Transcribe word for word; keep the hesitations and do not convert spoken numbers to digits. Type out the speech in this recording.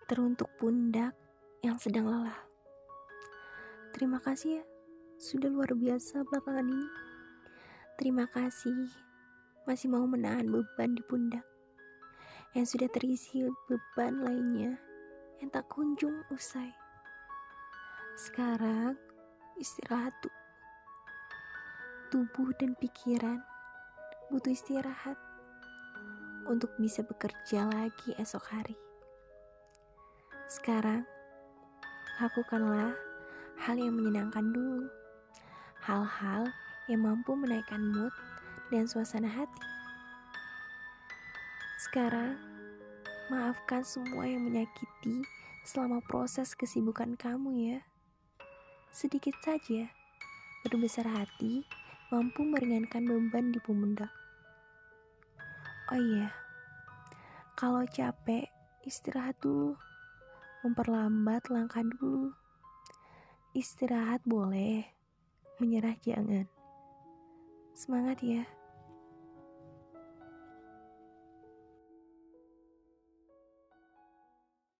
Teruntuk pundak yang sedang lelah. Terima kasih ya, sudah luar biasa belakangan ini. Terima kasih masih mau menahan beban di pundak yang sudah terisi beban lainnya yang tak kunjung usai. Sekarang istirahat tuh. Tubuh dan pikiran butuh istirahat untuk bisa bekerja lagi esok hari. Sekarang, lakukanlah hal yang menyenangkan dulu. Hal-hal yang mampu menaikkan mood dan suasana hati. Sekarang, maafkan semua yang menyakiti selama proses kesibukan kamu ya. Sedikit saja, berbesar hati mampu meringankan beban di pundak. Oh iya, kalau capek, istirahat dulu. Memperlambat langkah dulu. Istirahat boleh, menyerah jangan. Semangat ya.